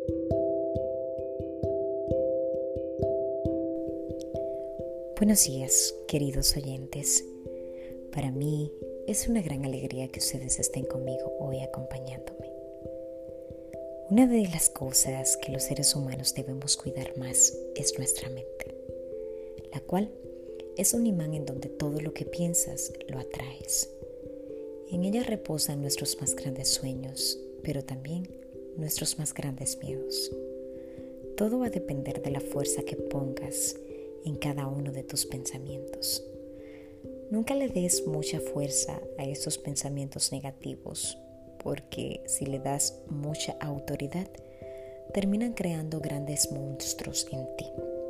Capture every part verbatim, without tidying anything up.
Buenos días, queridos oyentes. Para mí es una gran alegría que ustedes estén conmigo hoy acompañándome. Una de las cosas que los seres humanos debemos cuidar más es nuestra mente, la cual es un imán en donde todo lo que piensas lo atraes. En ella reposan nuestros más grandes sueños, pero también nuestros más grandes miedos. Todo va a depender de la fuerza que pongas en cada uno de tus pensamientos. Nunca le des mucha fuerza a esos pensamientos negativos, porque si le das mucha autoridad, terminan creando grandes monstruos en ti.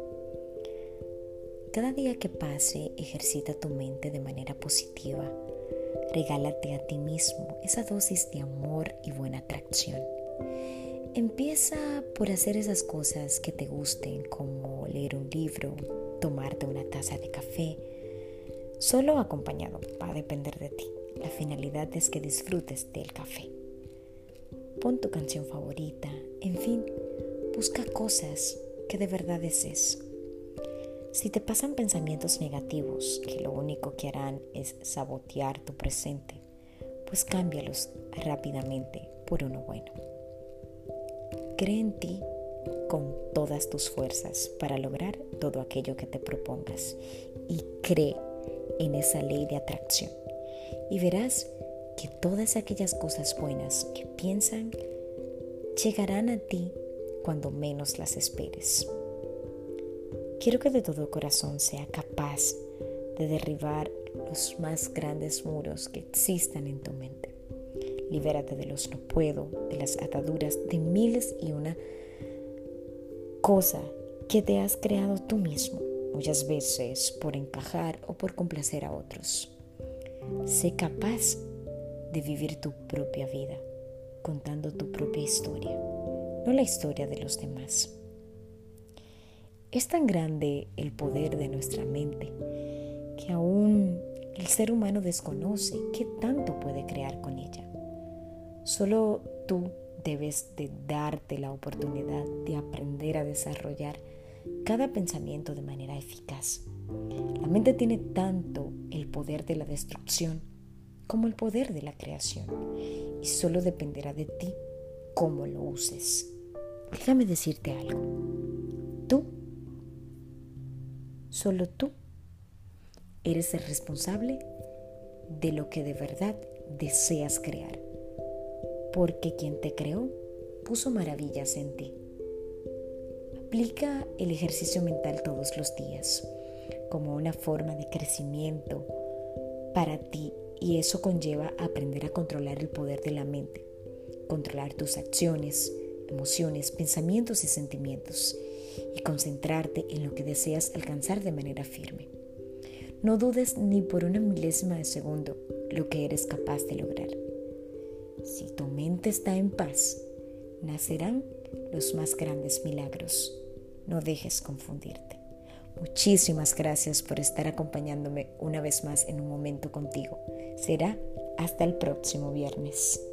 Cada día que pase, ejercita tu mente de manera positiva. Regálate a ti mismo esa dosis de amor y buena atracción. Empieza por hacer esas cosas que te gusten, como leer un libro, tomarte una taza de café, solo acompañado, va a depender de ti. La finalidad es que disfrutes del café. Pon tu canción favorita, en fin, busca cosas que de verdad desees. Si te pasan pensamientos negativos que lo único que harán es sabotear tu presente, pues cámbialos rápidamente por uno bueno. Cree en ti con todas tus fuerzas para lograr todo aquello que te propongas y cree en esa ley de atracción y verás que todas aquellas cosas buenas que piensan llegarán a ti cuando menos las esperes. Quiero que de todo corazón sea capaz de derribar los más grandes muros que existan en tu mente. Libérate de los no puedo, de las ataduras, de miles y una cosa que te has creado tú mismo, muchas veces por encajar o por complacer a otros. Sé capaz de vivir tu propia vida, contando tu propia historia, no la historia de los demás. Es tan grande el poder de nuestra mente que aún el ser humano desconoce qué tanto puede crear con ella. Solo tú debes de darte la oportunidad de aprender a desarrollar cada pensamiento de manera eficaz. La mente tiene tanto el poder de la destrucción como el poder de la creación y solo dependerá de ti cómo lo uses. Déjame decirte algo. Tú, solo tú, eres el responsable de lo que de verdad deseas crear. Porque quien te creó puso maravillas en ti. Aplica el ejercicio mental todos los días como una forma de crecimiento para ti y eso conlleva aprender a controlar el poder de la mente, controlar tus acciones, emociones, pensamientos y sentimientos y concentrarte en lo que deseas alcanzar de manera firme. No dudes ni por una milésima de segundo lo que eres capaz de lograr. Si tu mente está en paz, nacerán los más grandes milagros. No dejes confundirte. Muchísimas gracias por estar acompañándome una vez más en un momento contigo. Será hasta el próximo viernes.